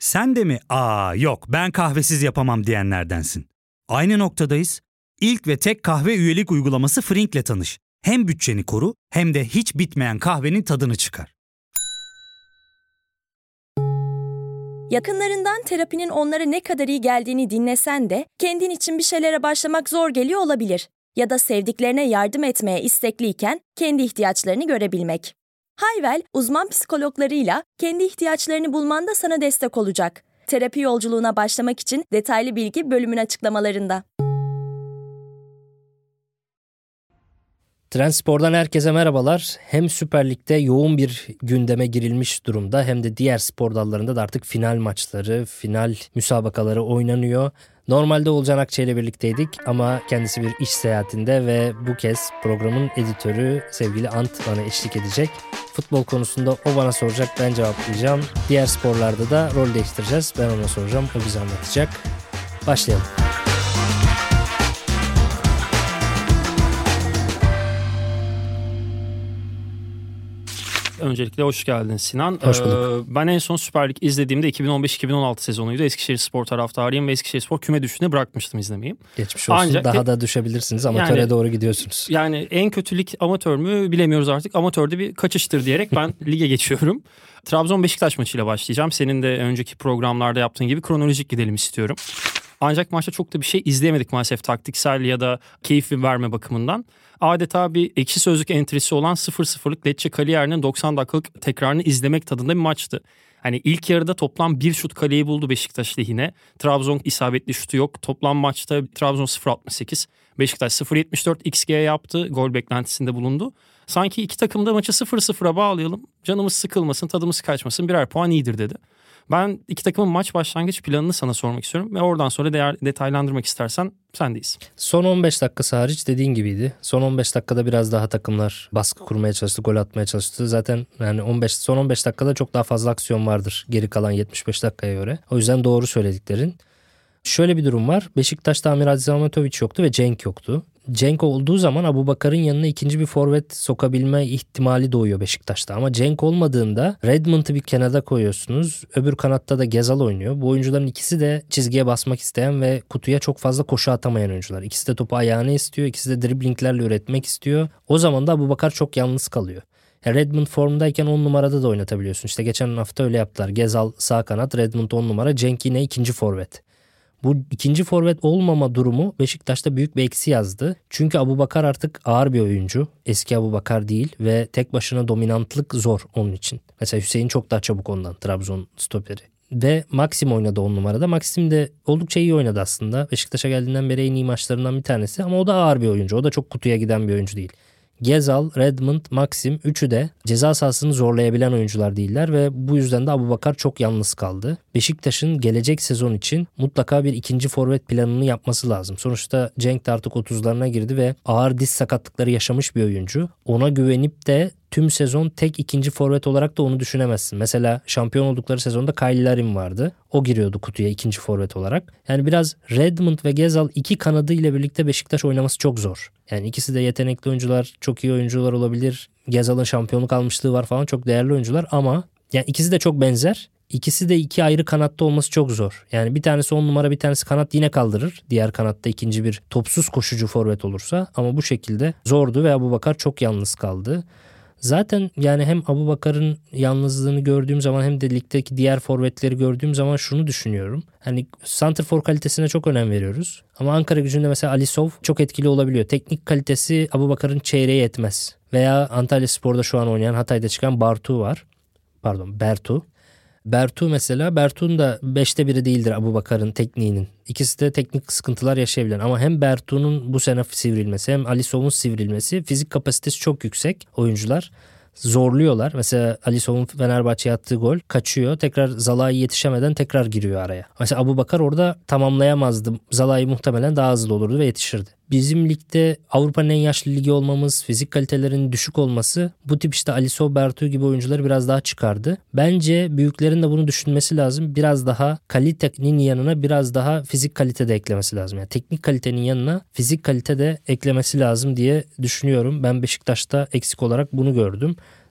Sen de mi yok ben kahvesiz yapamam diyenlerdensin? Aynı noktadayız. İlk ve tek kahve üyelik uygulaması Frink'le tanış. Hem bütçeni koru hem de hiç bitmeyen kahvenin tadını çıkar. Yakınlarından terapinin onlara ne kadar iyi geldiğini dinlesen de kendin için bir şeylere başlamak zor geliyor olabilir. Ya da sevdiklerine yardım etmeye istekliyken kendi ihtiyaçlarını görebilmek. Hayvel, uzman psikologlarıyla kendi ihtiyaçlarını bulmanda sana destek olacak. Terapi yolculuğuna başlamak için detaylı bilgi bölümün açıklamalarında. Trendspor'dan herkese merhabalar. Hem Süper Lig'de yoğun bir gündeme girilmiş durumda hem de diğer spor dallarında da artık final maçları, final müsabakaları oynanıyor. Normalde Olcan Akçay ile birlikteydik ama kendisi bir iş seyahatinde ve bu kez programın editörü sevgili Ant bana eşlik edecek. Futbol konusunda o bana soracak, ben cevaplayacağım. Diğer sporlarda da rol değiştireceğiz. Ben ona soracağım, o bize anlatacak. Başlayalım. Öncelikle hoş geldin Sinan. Hoş bulduk. Ben en son Süper Lig izlediğimde 2015-2016 sezonuydu. Eskişehirspor taraftarıyım ve Eskişehirspor küme düştüğünde bırakmıştım izlemeyi. Geçmiş olsun. Ancak daha da düşebilirsiniz. Amatöre doğru gidiyorsunuz. Yani en kötü lig amatör mü bilemiyoruz artık. Amatörde bir kaçıştır diyerek ben lige geçiyorum. Trabzon-Beşiktaş maçıyla başlayacağım. Senin de önceki programlarda yaptığın gibi kronolojik gidelim istiyorum. Ancak maçta çok da bir şey izleyemedik maalesef taktiksel ya da keyif verme bakımından. Adeta bir ekşi sözlük entrisi olan 0-0'lık Lecce Cagliari'nin 90 dakikalık tekrarını izlemek tadında bir maçtı. Hani ilk yarıda toplam bir şut kaleyi buldu Beşiktaş lehine. Trabzon isabetli şutu yok. Toplam maçta Trabzon 0.68, Beşiktaş 0.74 XG yaptı. Gol beklentisinde bulundu. Sanki iki takım da maçı 0-0'a bağlayalım. Canımız sıkılmasın, tadımız kaçmasın, birer puan iyidir dedi. Ben iki takımın maç başlangıç planını sana sormak istiyorum ve oradan sonra detaylandırmak istersen sendeyiz. Son 15 dakikası hariç dediğin gibiydi. Son 15 dakikada biraz daha takımlar baskı kurmaya çalıştı, gol atmaya çalıştı. Zaten yani son 15 dakikada çok daha fazla aksiyon vardır geri kalan 75 dakikaya göre. O yüzden doğru söylediklerin. Şöyle bir durum var. Beşiktaş'ta Amir Adzihamatovic yoktu ve Cenk yoktu. Cenk olduğu zaman Abubakar'ın yanına ikinci bir forvet sokabilme ihtimali doğuyor Beşiktaş'ta. Ama Cenk olmadığında Redmond'u bir kenara koyuyorsunuz. Öbür kanatta da Gezal oynuyor. Bu oyuncuların ikisi de çizgiye basmak isteyen ve kutuya çok fazla koşu atamayan oyuncular. İkisi de topu ayağına istiyor. İkisi de driblinglerle üretmek istiyor. O zaman da Abubakar çok yalnız kalıyor. Redmond formdayken 10 numarada da oynatabiliyorsun. İşte geçen hafta öyle yaptılar. Gezal sağ kanat, Redmond 10 numara, Cenk yine ikinci forvet. Bu ikinci forvet olmama durumu Beşiktaş'ta büyük bir eksi yazdı. Çünkü Abubakar artık ağır bir oyuncu. Eski Abubakar değil ve tek başına dominantlık zor onun için. Mesela Hüseyin çok daha çabuk ondan, Trabzon stoperi. Ve Maxim oynadı 10 numarada. Maxim de oldukça iyi oynadı aslında. Beşiktaş'a geldiğinden beri en iyi maçlarından bir tanesi. Ama o da ağır bir oyuncu. O da çok kutuya giden bir oyuncu değil. Gezal, Redmond, Maxim üçü de ceza sahasını zorlayabilen oyuncular değiller ve bu yüzden de Abubakar çok yalnız kaldı. Beşiktaş'ın gelecek sezon için mutlaka bir ikinci forvet planını yapması lazım. Sonuçta Cenk de artık 30'larına girdi ve ağır diz sakatlıkları yaşamış bir oyuncu. Ona güvenip de tüm sezon tek ikinci forvet olarak da onu düşünemezsin. Mesela şampiyon oldukları sezonda Kyle Larin vardı. O giriyordu kutuya ikinci forvet olarak. Yani biraz Redmond ve Gezal iki kanadı ile birlikte Beşiktaş oynaması çok zor. Yani ikisi de yetenekli oyuncular, çok iyi oyuncular olabilir. Gezal'ın şampiyonluk almışlığı var falan, çok değerli oyuncular ama yani ikisi de çok benzer. İkisi de iki ayrı kanatta olması çok zor. Yani bir tanesi 10 numara, bir tanesi kanat yine kaldırır. Diğer kanatta ikinci bir topsuz koşucu forvet olursa, ama bu şekilde zordu ve Abubakar çok yalnız kaldı. Zaten yani hem Abubakar'ın yalnızlığını gördüğüm zaman hem de ligdeki diğer forvetleri gördüğüm zaman şunu düşünüyorum. Hani santrfor kalitesine çok önem veriyoruz. Ama Ankaragücü'nde mesela Alisov çok etkili olabiliyor. Teknik kalitesi Abubakar'ın çeyreği etmez. Veya Antalyaspor'da şu an oynayan, Hatay'da çıkan Bertu var. Bertu mesela, Bertu'nun da 5'te biri değildir Abubakar'ın tekniğinin. İkisi de teknik sıkıntılar yaşayabilen, ama hem Bertu'nun bu sene sivrilmesi hem Alisov'un sivrilmesi, fizik kapasitesi çok yüksek oyuncular. Zorluyorlar. Mesela Alisov'un Fenerbahçe'ye attığı gol kaçıyor. Tekrar Zalai yetişemeden tekrar giriyor araya. Mesela Abubakar orada tamamlayamazdı. Zalai muhtemelen daha hızlı olurdu ve yetişirdi. Bizim ligde Avrupa'nın en yaşlı ligi olmamız, fizik kalitelerinin düşük olması bu tip işte Alisov, Bertu gibi oyuncuları biraz daha çıkardı. Bence büyüklerin de bunu düşünmesi lazım. Biraz daha kalitenin yanına biraz daha fizik kalite de eklemesi lazım. Yani teknik kalitenin yanına fizik kalite de eklemesi lazım diye düşünüyorum. Ben Beşiktaş'ta eksik olarak bunu gördüm.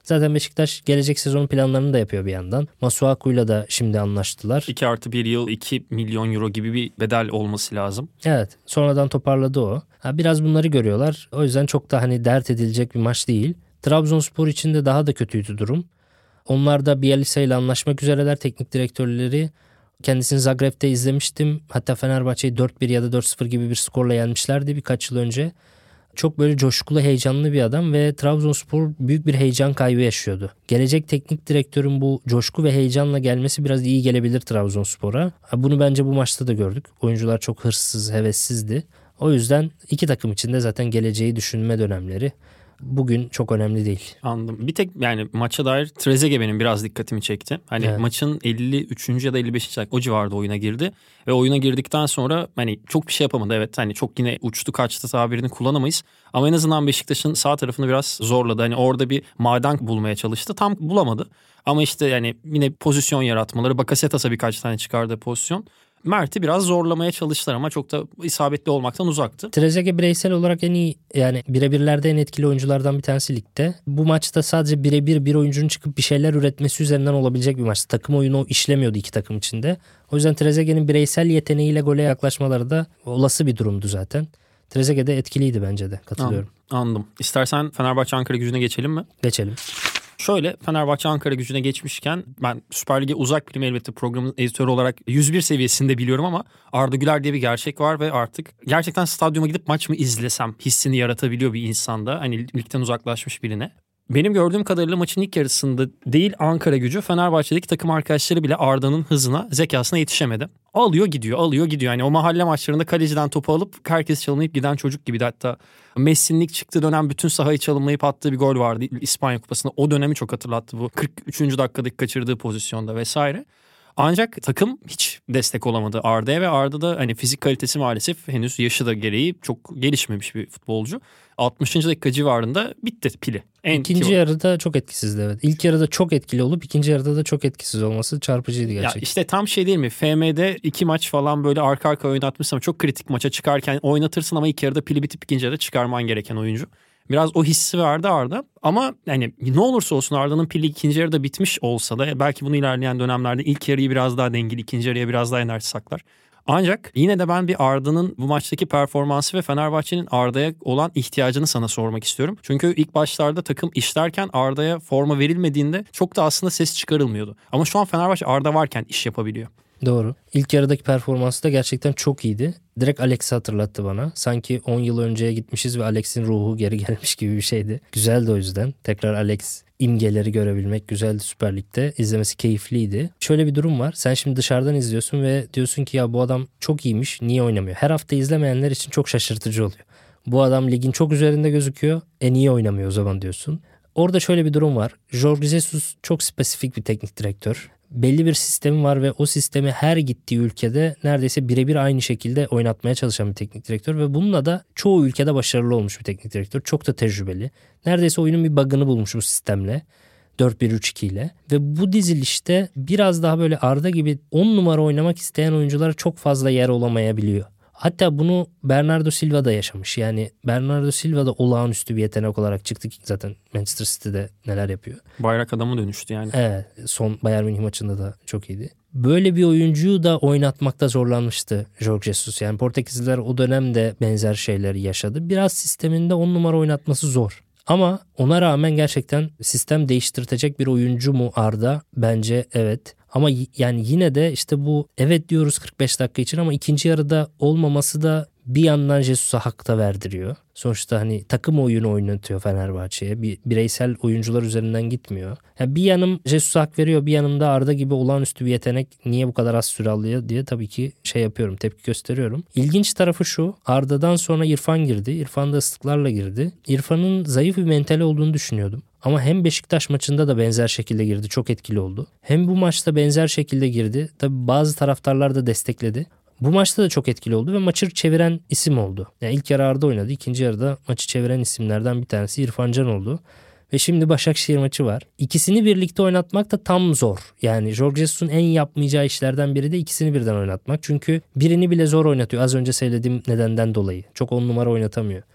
Zaten Beşiktaş gelecek sezonun planlarını da yapıyor bir yandan. Masuaku'yla da şimdi anlaştılar. 2+1 yıl 2 milyon euro gibi bir bedel olması lazım. Evet, sonradan toparladı o. Biraz bunları görüyorlar. O yüzden çok da hani dert edilecek bir maç değil. Trabzonspor için de daha da kötüydü durum. Onlar da Bielsa ile anlaşmak üzereler, teknik direktörleri. Kendisini Zagreb'te izlemiştim. Hatta Fenerbahçe'yi 4-1 ya da 4-0 gibi bir skorla yenmişlerdi birkaç yıl önce. Çok böyle coşkulu, heyecanlı bir adam ve Trabzonspor büyük bir heyecan kaybı yaşıyordu. Gelecek teknik direktörün bu coşku ve heyecanla gelmesi biraz iyi gelebilir Trabzonspor'a. Bunu bence bu maçta da gördük. Oyuncular çok hırssız, hevessizdi. O yüzden iki takım için de zaten geleceği düşünme dönemleri bugün çok önemli değil. Anladım. Bir tek yani maça dair Trezeguet benim biraz dikkatimi çekti. Hani Evet. maçın 53. ya da 55. dakika o civarda oyuna girdi. Ve oyuna girdikten sonra hani çok bir şey yapamadı. Evet hani çok yine uçtu kaçtı tabirini kullanamayız. Ama en azından Beşiktaş'ın sağ tarafını biraz zorladı. Hani orada bir maden bulmaya çalıştı. Tam bulamadı. Ama işte yani yine pozisyon yaratmaları. Bakasetas'a birkaç tane çıkardığı pozisyon. Mert'i biraz zorlamaya çalıştılar ama çok da isabetli olmaktan uzaktı. Trezeguet bireysel olarak en iyi, yani birebirlerde en etkili oyunculardan bir tanesi ligde. Bu maçta sadece birebir bir oyuncunun çıkıp bir şeyler üretmesi üzerinden olabilecek bir maçtı. Takım oyunu işlemiyordu iki takım içinde. O yüzden Trezeguet'in bireysel yeteneğiyle gole yaklaşmaları da olası bir durumdu zaten. Trezeguet de etkiliydi bence de. Katılıyorum. Anladım. İstersen Fenerbahçe Ankara Gücü'ne geçelim mi? Geçelim. Şöyle Fenerbahçe Ankara Gücü'ne geçmişken ben Süper Lig'e uzak birim elbette programın editörü olarak 101 seviyesinde biliyorum ama Arda Güler diye bir gerçek var ve artık gerçekten stadyuma gidip maç mı izlesem hissini yaratabiliyor bir insanda. Hani ligden uzaklaşmış birine. Benim gördüğüm kadarıyla maçın ilk yarısında değil Ankara Gücü Fenerbahçe'deki takım arkadaşları bile Arda'nın hızına, zekasına yetişemedi. Alıyor gidiyor. Yani o mahalle maçlarında kaleciden topu alıp herkes çalımlayıp giden çocuk gibiydi. Hatta Messi'nin çıktığı dönem bütün sahayı çalımlayıp attığı bir gol vardı İspanya Kupası'nda. O dönemi çok hatırlattı bu 43. dakikadaki kaçırdığı pozisyonda vesaire. Ancak takım hiç destek olamadı Arda'ya ve Arda da hani fizik kalitesi maalesef henüz yaşı da gereği çok gelişmemiş bir futbolcu. 60. dakika civarında bitti pili. İkinci yarıda çok etkisizdi evet. İlk yarıda çok etkili olup ikinci yarıda da çok etkisiz olması çarpıcıydı gerçekten. Ya işte tam şey değil mi? FM'de 2 maç falan böyle arka arkaya oynatmışsın ama çok kritik maça çıkarken oynatırsın ama ilk yarıda pili bitip ikinci yarıda çıkarman gereken oyuncu. Biraz o hissi verdi Arda ama yani ne olursa olsun Arda'nın pili ikinci yarıda bitmiş olsa da belki bunu ilerleyen dönemlerde ilk yarıyı biraz daha dengeli, ikinci yarıya biraz daha enerji saklar. Ancak yine de ben bir Arda'nın bu maçtaki performansı ve Fenerbahçe'nin Arda'ya olan ihtiyacını sana sormak istiyorum. Çünkü ilk başlarda takım işlerken Arda'ya forma verilmediğinde çok da aslında ses çıkarılmıyordu. Ama şu an Fenerbahçe Arda varken iş yapabiliyor. Doğru. İlk yarıdaki performansı da gerçekten çok iyiydi. Direkt Alex'i hatırlattı bana. Sanki 10 yıl önceye gitmişiz ve Alex'in ruhu geri gelmiş gibi bir şeydi. Güzeldi o yüzden. Tekrar Alex imgeleri görebilmek güzeldi Süper Lig'de. İzlemesi keyifliydi. Şöyle bir durum var. Sen şimdi dışarıdan izliyorsun ve diyorsun ki ya bu adam çok iyiymiş. Niye oynamıyor? Her hafta izlemeyenler için çok şaşırtıcı oluyor. Bu adam ligin çok üzerinde gözüküyor. Niye oynamıyor o zaman diyorsun. Orada şöyle bir durum var. Jorge Jesus çok spesifik bir teknik direktör. Belli bir sistemi var ve o sistemi her gittiği ülkede neredeyse birebir aynı şekilde oynatmaya çalışan bir teknik direktör ve bununla da çoğu ülkede başarılı olmuş bir teknik direktör. Çok da tecrübeli. Neredeyse oyunun bir bug'ını bulmuş bu sistemle. 4-1-3-2 ile ve bu dizilişte biraz daha böyle Arda gibi 10 numara oynamak isteyen oyunculara çok fazla yer olamayabiliyor. Hatta bunu Bernardo Silva da yaşamış. Yani Bernardo Silva da olağanüstü bir yetenek olarak çıktı ki zaten Manchester City'de neler yapıyor. Bayrak adamı dönüştü yani. Evet, son Bayern Münih maçında da çok iyiydi. Böyle bir oyuncuyu da oynatmakta zorlanmıştı Jorge Jesus. Yani Portekizliler o dönemde benzer şeyleri yaşadı. Biraz sisteminde 10 numara oynatması zor. Ama ona rağmen gerçekten sistem değiştirtecek bir oyuncu mu Arda? Bence evet. Ama yani yine de işte bu evet diyoruz 45 dakika için ama ikinci yarıda olmaması da bir yandan Jesus'a hak da verdiriyor. Sonuçta hani takım oyunu oynatıyor Fenerbahçe'ye. Bir bireysel oyuncular üzerinden gitmiyor. Yani bir yanım Jesus'a hak veriyor, bir yanımda Arda gibi olağanüstü bir yetenek niye bu kadar az süre alıyor diye tabii ki yapıyorum, tepki gösteriyorum. İlginç tarafı şu, Arda'dan sonra İrfan girdi. İrfan da ıslıklarla girdi. İrfan'ın zayıf bir mentali olduğunu düşünüyordum. Ama hem Beşiktaş maçında da benzer şekilde girdi. Çok etkili oldu. Hem bu maçta benzer şekilde girdi. Tabii bazı taraftarlar da destekledi. Bu maçta da çok etkili oldu ve maçı çeviren isim oldu. Yani ilk yarı Arda oynadı. İkinci yarıda maçı çeviren isimlerden bir tanesi İrfan Can oldu. Ve şimdi Başakşehir maçı var. İkisini birlikte oynatmak da tam zor. Yani Jorge Jesus'un en yapmayacağı işlerden biri de ikisini birden oynatmak. Çünkü birini bile zor oynatıyor. Az önce söylediğim nedenden dolayı. Çok 10 numara oynatamıyor.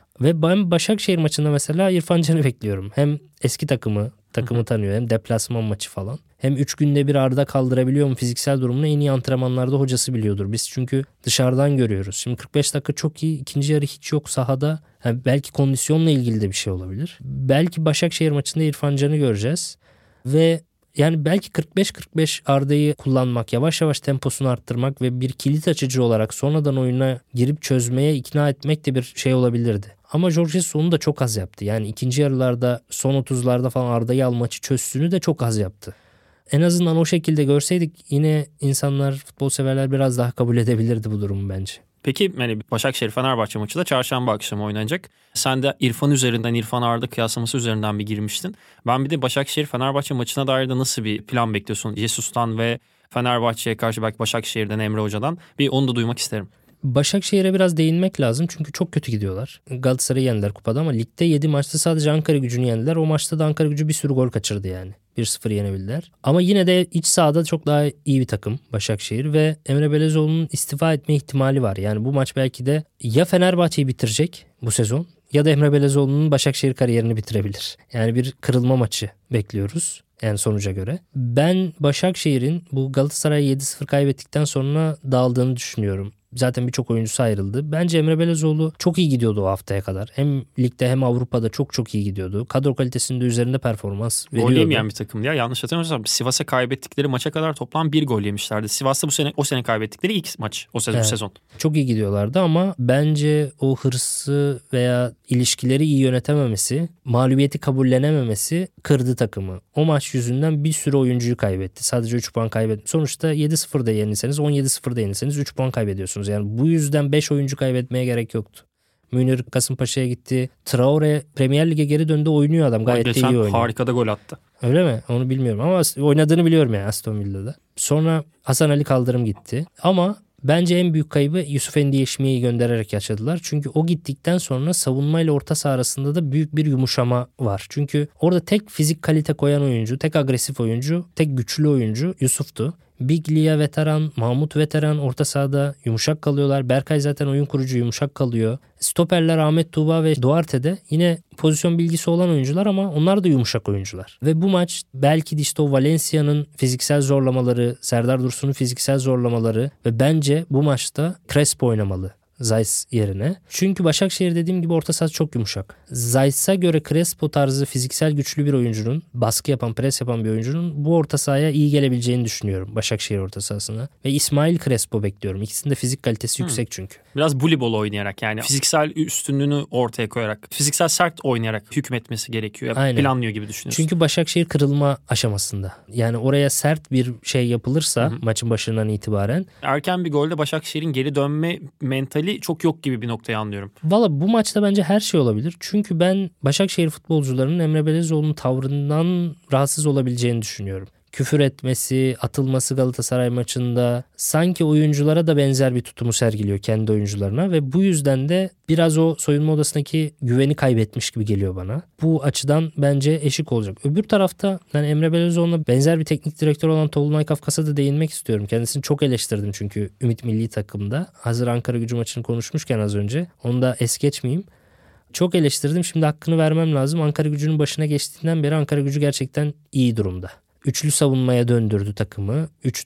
Ve ben Başakşehir maçında mesela İrfan Can'ı bekliyorum. Hem eski takımı tanıyor, hem deplasman maçı falan. Hem 3 günde bir Arda kaldırabiliyor mu fiziksel durumunu en iyi antrenmanlarda hocası biliyordur. Biz çünkü dışarıdan görüyoruz. Şimdi 45 dakika çok iyi, ikinci yarı hiç yok sahada. Yani belki kondisyonla ilgili de bir şey olabilir. Belki Başakşehir maçında İrfan Can'ı göreceğiz. Ve yani belki 45-45 Arda'yı kullanmak, yavaş yavaş temposunu arttırmak ve bir kilit açıcı olarak sonradan oyuna girip çözmeye ikna etmek de bir şey olabilirdi. Ama Jorge Jesus onu da çok az yaptı. Yani ikinci yarılarda son 30'larda falan Arda'yı al maçı çözsünü de çok az yaptı. En azından o şekilde görseydik yine insanlar, futbol severler biraz daha kabul edebilirdi bu durumu bence. Peki yani Başakşehir-Fenerbahçe maçı da çarşamba akşamı oynanacak. Sen de İrfan üzerinden, İrfan Arda kıyaslaması üzerinden bir girmiştin. Ben bir de Başakşehir-Fenerbahçe maçına dair de nasıl bir plan bekliyorsun? Jesus'tan ve Fenerbahçe'ye karşı belki Başakşehir'den, Emre Hoca'dan bir onu da duymak isterim. Başakşehir'e biraz değinmek lazım çünkü çok kötü gidiyorlar. Galatasaray'ı yendiler kupada ama ligde 7 maçta sadece Ankara Gücü'nü yendiler. O maçta da Ankara Gücü bir sürü gol kaçırdı yani. 1-0 yenebildiler. Ama yine de iç sahada çok daha iyi bir takım Başakşehir ve Emre Belezoğlu'nun istifa etme ihtimali var. Yani bu maç belki de ya Fenerbahçe'yi bitirecek bu sezon ya da Emre Belezoğlu'nun Başakşehir kariyerini bitirebilir. Yani bir kırılma maçı bekliyoruz. Yani sonuca göre. Ben Başakşehir'in bu Galatasaray'a 7-0 kaybettikten sonra dağıldığını düşünüyorum. Zaten birçok oyuncusu ayrıldı. Bence Emre Belezoğlu çok iyi gidiyordu o haftaya kadar. Hem ligde hem Avrupa'da çok iyi gidiyordu. Kadro kalitesinde üzerinde performans veriyordu. Gol yemeyen bir takımdı ya. Yanlış hatırlamıyorsam Sivas'a kaybettikleri maça kadar toplam 1 gol yemişlerdi. Sivas'ta o sene kaybettikleri ilk maç bu sezon. Çok iyi gidiyorlardı ama bence o hırsı veya ilişkileri iyi yönetememesi, mağlubiyeti kabullenememesi kırdı takımı. O maç yüzünden bir sürü oyuncuyu kaybetti. Sadece 3 puan kaybetti. Sonuçta 7-0'da yenilseniz, 17-0'da yenilseniz 3 puan kaybediyorsunuz. Yani bu yüzden 5 oyuncu kaybetmeye gerek yoktu. Münir Kasımpaşa'ya gitti. Traore Premier Lig'e geri döndü, oynuyor adam. Gayet de iyi oynuyor. Harika da gol attı. Öyle mi? Onu bilmiyorum ama oynadığını biliyorum yani Aston Villa'da. Sonra Hasan Ali Kaldırım gitti. Ama bence en büyük kaybı Yusuf Endiyeşmi'yi göndererek yaşadılar. Çünkü o gittikten sonra savunmayla orta saha arasında da büyük bir yumuşama var. Çünkü orada tek fizik kalite koyan oyuncu, tek agresif oyuncu, tek güçlü oyuncu Yusuf'tu. Biglia veteran, Mahmut veteran, orta sahada yumuşak kalıyorlar. Berkay zaten oyun kurucu, yumuşak kalıyor. Stoperler Ahmet Tuğba ve Duarte de yine pozisyon bilgisi olan oyuncular ama onlar da yumuşak oyuncular. Ve bu maç belki de işte o Valencia'nın fiziksel zorlamaları, Serdar Dursun'un fiziksel zorlamaları ve bence bu maçta Crespo oynamalı Zayt yerine. Çünkü Başakşehir dediğim gibi orta saha çok yumuşak. Zayt'a göre Crespo tarzı fiziksel güçlü bir oyuncunun, baskı yapan, pres yapan bir oyuncunun bu orta sahaya iyi gelebileceğini düşünüyorum Başakşehir orta sahasına. Ve İsmail Crespo bekliyorum. İkisinin de fizik kalitesi yüksek çünkü. Biraz voleybol oynayarak yani fiziksel üstünlüğünü ortaya koyarak, fiziksel sert oynayarak hükmetmesi gerekiyor. Aynen. Planlıyor gibi düşünüyorsun. Çünkü Başakşehir kırılma aşamasında. Yani oraya sert bir şey yapılırsa maçın başından itibaren. Erken bir golde Başakşehir'in geri dönme mentali çok yok gibi bir noktayı anlıyorum. Valla bu maçta bence her şey olabilir. Çünkü ben Başakşehir futbolcularının Emre Belezoğlu'nun tavrından rahatsız olabileceğini düşünüyorum. Küfür etmesi, atılması Galatasaray maçında sanki oyunculara da benzer bir tutumu sergiliyor kendi oyuncularına ve bu yüzden de biraz o soyunma odasındaki güveni kaybetmiş gibi geliyor bana. Bu açıdan bence eşik olacak. Öbür tarafta yani Emre Belezoğlu'na benzer bir teknik direktör olan Tolunay Kafkas'a da değinmek istiyorum. Kendisini çok eleştirdim çünkü Ümit Milli Takım'da. Hazır Ankara Gücü maçını konuşmuşken az önce onu da es geçmeyeyim. Çok eleştirdim. Şimdi hakkını vermem lazım. Ankara Gücü'nün başına geçtiğinden beri Ankara Gücü gerçekten iyi durumda. Üçlü savunmaya döndürdü takımı.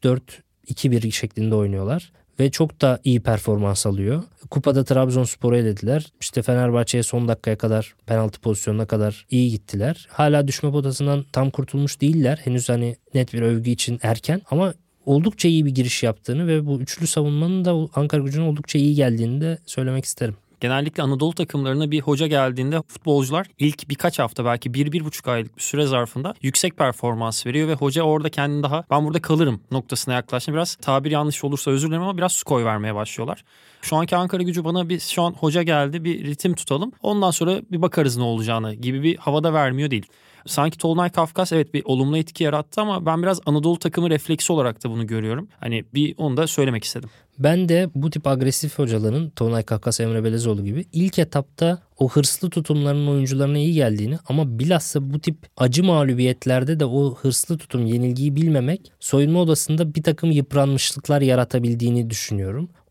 3-4-2-1 şeklinde oynuyorlar. Ve çok da iyi performans alıyor. Kupada Trabzonspor'u elediler. İşte Fenerbahçe'ye son dakikaya kadar, penaltı pozisyonuna kadar iyi gittiler. Hala düşme potasından tam kurtulmuş değiller. Henüz hani net bir övgü için erken ama oldukça iyi bir giriş yaptığını ve bu üçlü savunmanın da Ankara Gücü'ne oldukça iyi geldiğini de söylemek isterim. Genellikle Anadolu takımlarına bir hoca geldiğinde futbolcular ilk birkaç hafta belki 1-1,5 aylık bir süre zarfında yüksek performans veriyor ve hoca orada kendini daha ben burada kalırım noktasına yaklaştığında biraz tabir yanlış olursa özür dilerim ama biraz su koy vermeye başlıyorlar. Şu anki Ankara Gücü bana şu an hoca geldi bir ritim tutalım ondan sonra bir bakarız ne olacağını gibi bir havada vermiyor değil. Sanki Tolunay Kafkas evet bir olumlu etki yarattı ama ben biraz Anadolu takımı refleksi olarak da bunu görüyorum. Hani bir onu da söylemek istedim. Ben de bu tip agresif hocaların Tolunay Kafkas, Emre Belezoğlu gibi ilk etapta o hırslı tutumlarının oyuncularına iyi geldiğini ama bilhassa bu tip acı mağlubiyetlerde de o hırslı tutum, yenilgiyi bilmemek soyunma odasında bir takım yıpranmışlıklar yaratabildiğini düşünüyorum.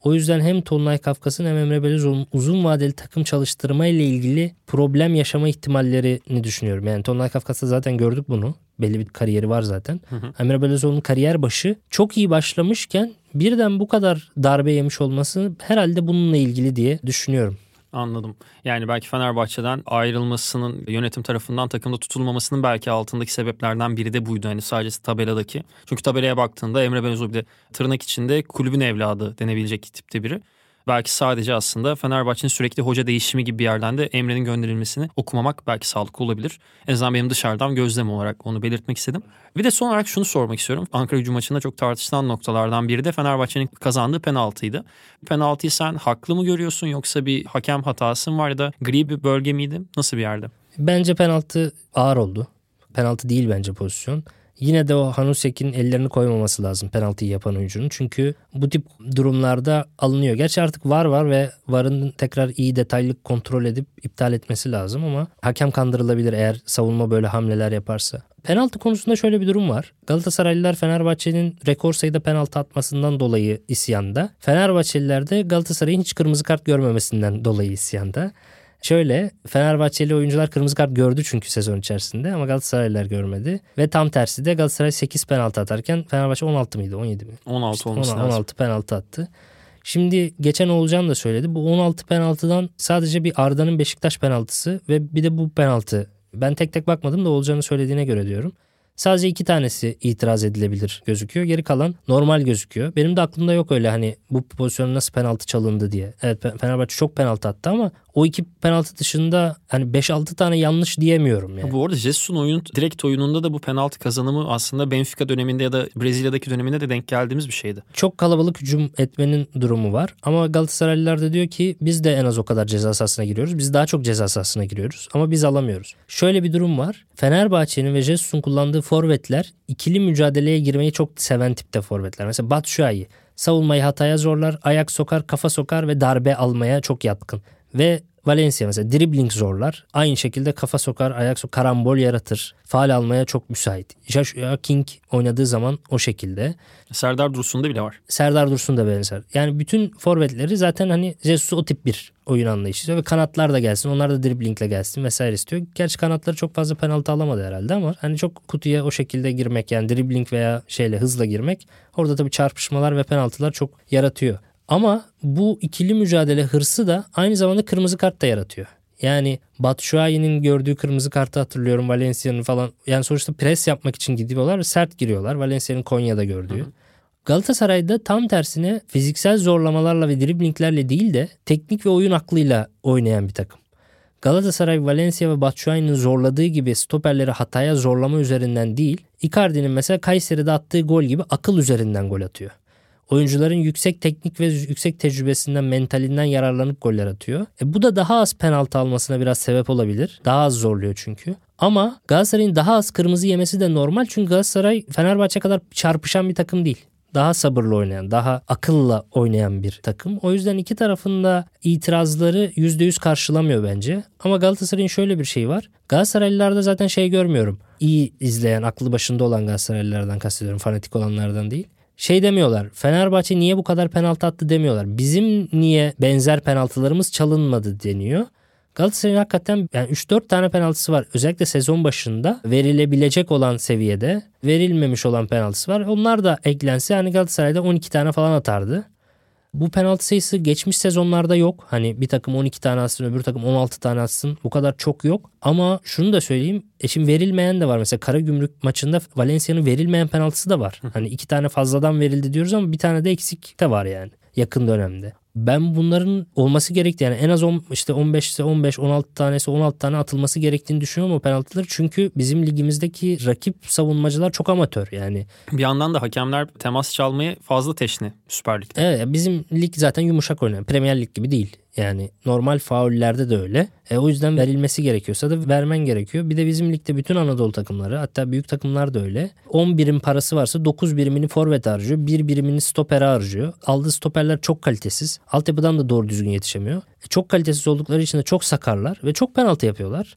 O yüzden hem Tolunay Kafkas'ın hem Emre Belözoğlu'nun uzun vadeli takım çalıştırma ile ilgili problem yaşama ihtimallerini düşünüyorum. Yani Tolunay Kafkas'ta zaten gördük bunu. Belli bir kariyeri var zaten. Emre Belözoğlu'nun kariyer başı çok iyi başlamışken birden bu kadar darbe yemiş olması herhalde bununla ilgili diye düşünüyorum. Anladım. Yani belki Fenerbahçe'den ayrılmasının, yönetim tarafından takımda tutulmamasının belki altındaki sebeplerden biri de buydu. Hani sadece tabeladaki. Çünkü tabelaya baktığında Emre Belözoğlu bir de tırnak içinde kulübün evladı denebilecek tipte biri. Belki sadece aslında Fenerbahçe'nin sürekli hoca değişimi gibi bir yerden de Emre'nin gönderilmesini okumamak belki sağlıklı olabilir. En azından benim dışarıdan gözlem olarak onu belirtmek istedim. Bir de son olarak şunu sormak istiyorum. Ankara-Gücü maçında çok tartışılan noktalardan biri de Fenerbahçe'nin kazandığı penaltıydı. Penaltıyı sen haklı mı görüyorsun yoksa bir hakem hatası mı var ya da gri bir bölge miydi? Nasıl bir yerde? Bence penaltı ağır oldu. Penaltı değil bence pozisyon. Yine de o Hanusek'in ellerini koymaması lazım penaltıyı yapan oyuncunun. Çünkü bu tip durumlarda alınıyor. Gerçi artık VAR var ve VAR'ın tekrar iyi detaylı kontrol edip iptal etmesi lazım ama hakem kandırılabilir eğer savunma böyle hamleler yaparsa. Penaltı konusunda şöyle bir durum var. Galatasaraylılar Fenerbahçe'nin rekor sayıda penaltı atmasından dolayı isyanda. Fenerbahçeliler de Galatasaray'ın hiç kırmızı kart görmemesinden dolayı isyanda. Şöyle, Fenerbahçeli oyuncular kırmızı kart gördü çünkü sezon içerisinde ama Galatasaraylılar görmedi. Ve tam tersi de Galatasaray 8 penaltı atarken Fenerbahçe 16 mıydı 17 mi? 16 olması lazım. 16 penaltı attı. Şimdi geçen Oğulcan da söyledi. Bu 16 penaltıdan sadece bir Arda'nın Beşiktaş penaltısı ve bir de bu penaltı. Ben tek tek bakmadım da Oğulcan'ın söylediğine göre diyorum. Sadece 2 tanesi itiraz edilebilir gözüküyor. Geri kalan normal gözüküyor. Benim de aklımda yok öyle hani bu pozisyonun nasıl penaltı çalındı diye. Evet Fenerbahçe çok penaltı attı ama o 2 penaltı dışında hani 5-6 tane yanlış diyemiyorum yani. Bu arada Jesus'un direkt oyununda da bu penaltı kazanımı aslında Benfica döneminde ya da Brezilya'daki döneminde de denk geldiğimiz bir şeydi. Çok kalabalık hücum etmenin durumu var ama Galatasaraylılar da diyor ki biz de en az o kadar ceza sahasına giriyoruz. Biz daha çok ceza sahasına giriyoruz ama biz alamıyoruz. Şöyle bir durum var. Fenerbahçe'nin ve Jesus'un kullandığı forvetler ikili mücadeleye girmeyi çok seven tipte forvetler. Mesela Batshuayi savunmayı hataya zorlar, ayak sokar, kafa sokar ve darbe almaya çok yatkın. Ve Valencia mesela dribbling zorlar. Aynı şekilde kafa sokar, ayak sokar, karambol yaratır. Faul almaya çok müsait. Joshua King oynadığı zaman o şekilde. Serdar Dursun'da bile var. Serdar Dursun da benzer. Yani bütün forvetleri zaten hani Jesus o tip bir oyun anlayışı istiyor. Ve kanatlar da gelsin. Onlar da driblingle gelsin vesaire istiyor. Gerçi kanatları çok fazla penaltı alamadı herhalde ama hani çok kutuya o şekilde girmek yani dribbling veya hızla girmek. Orada tabii çarpışmalar ve penaltılar çok yaratıyor. Ama bu ikili mücadele hırsı da aynı zamanda kırmızı kart da yaratıyor. Yani Batshuayi'nin gördüğü kırmızı kartı hatırlıyorum, Valencia'nın falan. Yani sonuçta pres yapmak için gidiyorlar, sert giriyorlar. Valencia'nın Konya'da gördüğü. Galatasaray'da tam tersine fiziksel zorlamalarla ve driblinglerle değil de teknik ve oyun aklıyla oynayan bir takım. Galatasaray, Valencia ve Batshuayi'nin zorladığı gibi stoperleri hataya zorlama üzerinden değil, Icardi'nin mesela Kayseri'de attığı gol gibi akıl üzerinden gol atıyor. Oyuncuların yüksek teknik ve yüksek tecrübesinden, mentalinden yararlanıp goller atıyor. Bu da daha az penaltı almasına biraz sebep olabilir. Daha az zorluyor çünkü. Ama Galatasaray'ın daha az kırmızı yemesi de normal. Çünkü Galatasaray Fenerbahçe kadar çarpışan bir takım değil. Daha sabırlı oynayan, daha akılla oynayan bir takım. O yüzden iki tarafın da itirazları %100 karşılamıyor bence. Ama Galatasaray'ın şöyle bir şeyi var. Galatasaraylılarda zaten görmüyorum. İyi izleyen, aklı başında olan Galatasaraylılardan kastediyorum. Fanatik olanlardan değil. Demiyorlar. Fenerbahçe niye bu kadar penaltı attı demiyorlar. Bizim niye benzer penaltılarımız çalınmadı deniyor. Galatasaray'ın hakikaten yani 3-4 tane penaltısı var. Özellikle sezon başında verilebilecek olan seviyede verilmemiş olan penaltısı var. Onlar da eklense hani Galatasaray'da 12 tane falan atardı. Bu penaltı sayısı geçmiş sezonlarda yok. Hani bir takım 12 tane atsın, öbür takım 16 tane atsın. Bu kadar çok yok. Ama şunu da söyleyeyim. Şimdi verilmeyen de var. Mesela Karagümrük maçında Valencia'nın verilmeyen penaltısı da var. Hani 2 tane fazladan verildi diyoruz ama bir tane de eksik de var yani yakın dönemde. Ben bunların olması gerektiği yani en az 15 ise 15, 16 tanesi 16 tane atılması gerektiğini düşünüyorum o penaltıları. Çünkü bizim ligimizdeki rakip savunmacılar çok amatör yani. Bir yandan da hakemler temas çalmaya fazla teşne Süper Lig'de. Evet, bizim lig zaten yumuşak oynayan. Premier Lig gibi değil. Yani normal faullerde de öyle. O yüzden verilmesi gerekiyorsa da vermen gerekiyor. Bir de bizim ligde bütün Anadolu takımları, hatta büyük takımlar da öyle. 10 birim parası varsa 9 birimini forvet harcıyor. 1 birimini stopere harcıyor. Aldığı stoperler çok kalitesiz. Altyapıdan da doğru düzgün yetişemiyor. Çok kalitesiz oldukları için de çok sakarlar ve çok penaltı yapıyorlar.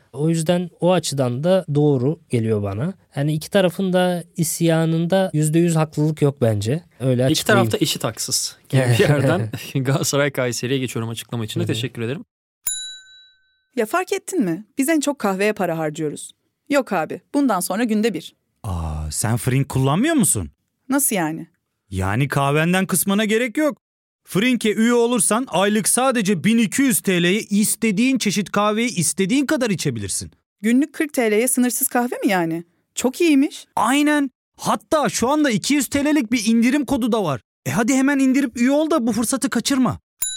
O yüzden o açıdan da doğru geliyor bana. Yani iki tarafın da isyanında %100 haklılık yok bence. Öyle açıklayayım. İki taraf da eşit haksız gibi bir yerden Galatasaray Kayseri'ye geçiyorum açıklama için de. Teşekkür ederim. Ya fark ettin mi? Biz en çok kahveye para harcıyoruz. Yok abi, bundan sonra günde bir. Sen Frink kullanmıyor musun? Nasıl yani? Yani kahvenden kısmına gerek yok. Frink'e üye olursan aylık sadece 1200 TL'ye istediğin çeşit kahveyi istediğin kadar içebilirsin. Günlük 40 TL'ye sınırsız kahve mi yani? Çok iyiymiş. Aynen. Hatta şu anda 200 TL'lik bir indirim kodu da var. Hadi hemen indirip üye ol da bu fırsatı kaçırma.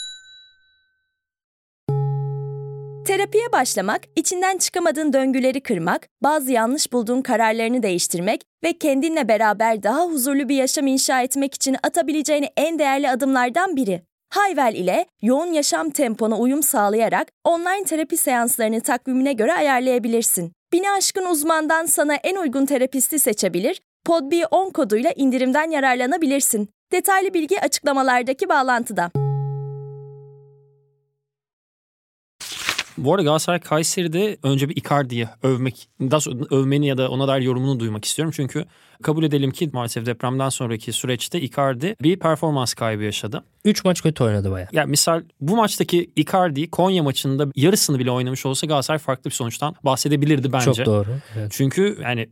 Terapiye başlamak, içinden çıkamadığın döngüleri kırmak, bazı yanlış bulduğun kararlarını değiştirmek ve kendinle beraber daha huzurlu bir yaşam inşa etmek için atabileceğin en değerli adımlardan biri. Hayvel ile yoğun yaşam tempona uyum sağlayarak online terapi seanslarını takvimine göre ayarlayabilirsin. 1000'i aşkın uzmandan sana en uygun terapisti seçebilir, PodB10 koduyla indirimden yararlanabilirsin. Detaylı bilgi açıklamalardaki bağlantıda. Bu arada Galatasaray Kayseri'de önce bir Icardi'yi övmek, daha sonra övmeni ya da ona dair yorumunu duymak istiyorum. Çünkü kabul edelim ki maalesef depremden sonraki süreçte Icardi bir performans kaybı yaşadı. 3 maç kötü oynadı bayağı. Yani misal bu maçtaki Icardi Konya maçında yarısını bile oynamış olsa Galatasaray farklı bir sonuçtan bahsedebilirdi bence. Çok doğru. Evet. Çünkü yani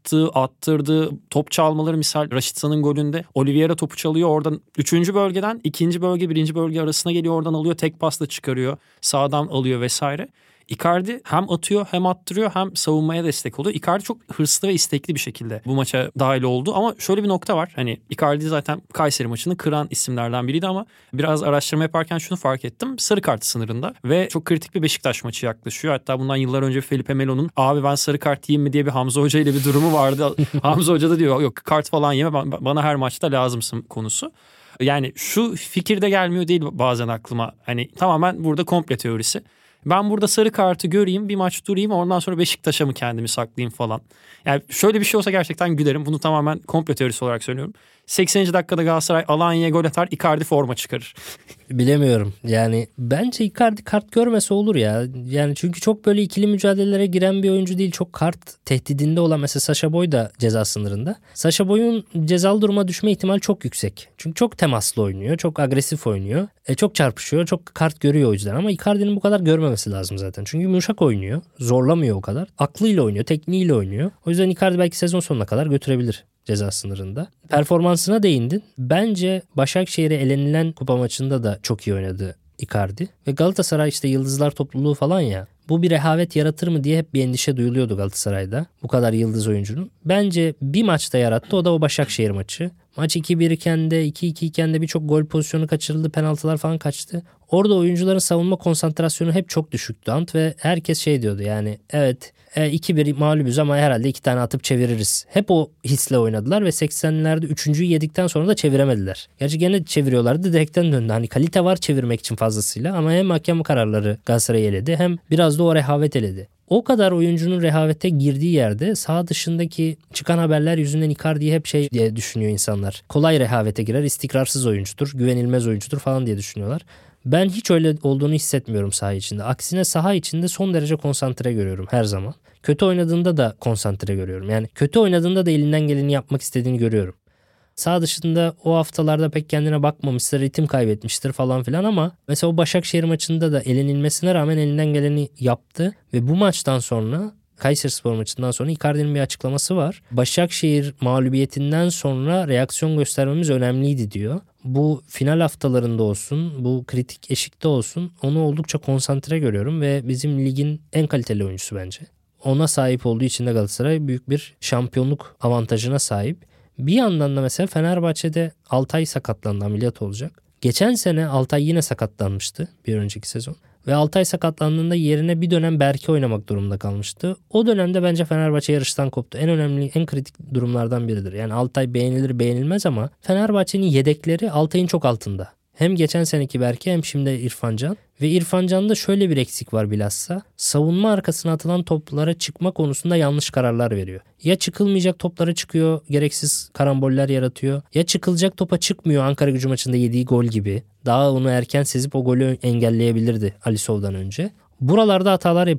attırdı, top çalmaları misal Raşitsa'nın golünde Oliveira topu çalıyor oradan 3. bölgeden 2. bölge 1. bölge arasına geliyor, oradan alıyor, tek pasla çıkarıyor, sağdan alıyor vesaire. Icardi hem atıyor hem attırıyor hem savunmaya destek oluyor. Icardi çok hırslı ve istekli bir şekilde bu maça dahil oldu. Ama şöyle bir nokta var. Hani Icardi zaten Kayseri maçını kıran isimlerden biriydi ama biraz araştırma yaparken şunu fark ettim. Sarı kart sınırında ve çok kritik bir Beşiktaş maçı yaklaşıyor. Hatta bundan yıllar önce Felipe Melo'nun abi ben sarı kart yiyeyim mi diye bir Hamza Hoca ile bir durumu vardı. Hamza Hoca da diyor yok kart falan yeme, bana her maçta lazımsın konusu. Yani şu fikir de gelmiyor değil bazen aklıma. Hani tamamen burada komple teorisi. Ben burada sarı kartı göreyim, bir maç durayım, ondan sonra Beşiktaş'a mı kendimi saklayayım falan. Yani şöyle bir şey olsa gerçekten gülerim. Bunu tamamen komplo teorisi olarak söylüyorum. 80. dakikada Galatasaray Alanya'ya gol atar, Icardi forma çıkarır. Bilemiyorum. Yani bence Icardi kart görmese olur ya. Yani çünkü çok böyle ikili mücadelelere giren bir oyuncu değil. Çok kart tehdidinde olan mesela Sacha Boey da ceza sınırında. Sacha Boey'un cezalı duruma düşme ihtimali çok yüksek. Çünkü çok temaslı oynuyor. Çok agresif oynuyor. Çok çarpışıyor. Çok kart görüyor o yüzden. Ama Icardi'nin bu kadar görmemesi lazım zaten. Çünkü yumuşak oynuyor. Zorlamıyor o kadar. Aklıyla oynuyor. Tekniğiyle oynuyor. O yüzden Icardi belki sezon sonuna kadar götürebilir ceza sınırında. Performansına değindin. Bence Başakşehir'e elenilen kupa maçında da çok iyi oynadı Icardi. Ve Galatasaray işte yıldızlar topluluğu falan ya. Bu bir rehavet yaratır mı diye hep bir endişe duyuluyordu Galatasaray'da. Bu kadar yıldız oyuncunun. Bence bir maçta yarattı. O da o Başakşehir maçı. Maç 2-1 iken de 2-2 iken de birçok gol pozisyonu kaçırıldı. Penaltılar falan kaçtı. Orada oyuncuların savunma konsantrasyonu hep çok düşüktü. Ve herkes şey diyordu yani evet 2-1 mağlubuz ama herhalde 2 tane atıp çeviririz. Hep o hisle oynadılar ve 80'lerde 3.'yü yedikten sonra da çeviremediler. Gerçi gene çeviriyorlardı, direkten döndü. Hani kalite var çevirmek için fazlasıyla ama hem hakem kararları Galatasaray'ı eledi hem biraz da o rehavet eledi. O kadar oyuncunun rehavete girdiği yerde sağ dışındaki çıkan haberler yüzünden Icardi'yi hep şey diye düşünüyor insanlar. Kolay rehavete girer, istikrarsız oyuncudur, güvenilmez oyuncudur falan diye düşünüyorlar. Ben hiç öyle olduğunu hissetmiyorum saha içinde. Aksine saha içinde son derece konsantre görüyorum her zaman. Kötü oynadığında da konsantre görüyorum. Yani kötü oynadığında da elinden geleni yapmak istediğini görüyorum. Sağ dışında o haftalarda pek kendine bakmamıştır, ritim kaybetmiştir falan filan ama mesela o Başakşehir maçında da elenilmesine rağmen elinden geleni yaptı. Ve bu maçtan sonra Kayserispor maçından sonra Icardi'nin bir açıklaması var. Başakşehir mağlubiyetinden sonra reaksiyon göstermemiz önemliydi diyor. Bu final haftalarında olsun, bu kritik eşikte olsun onu oldukça konsantre görüyorum ve bizim ligin en kaliteli oyuncusu bence. Ona sahip olduğu için de Galatasaray büyük bir şampiyonluk avantajına sahip. Bir yandan da mesela Fenerbahçe'de Altay sakatlandı, ameliyat olacak. Geçen sene Altay yine sakatlanmıştı bir önceki sezon. Ve Altay sakatlandığında yerine bir dönem Berke oynamak durumunda kalmıştı. O dönemde bence Fenerbahçe yarıştan koptu. En önemli, en kritik durumlardan biridir. Yani Altay beğenilir beğenilmez ama Fenerbahçe'nin yedekleri Altay'ın çok altında. Hem geçen seneki Berke hem şimdi İrfan Can. Ve İrfan Can'da şöyle bir eksik var bilhassa. Savunma arkasına atılan toplara çıkma konusunda yanlış kararlar veriyor. Ya çıkılmayacak toplara çıkıyor, gereksiz karamboller yaratıyor. Ya çıkılacak topa çıkmıyor, Ankaragücü maçında yediği gol gibi. Daha onu erken sezip o golü engelleyebilirdi Alisov'dan önce. Buralarda hatalar yapıyor.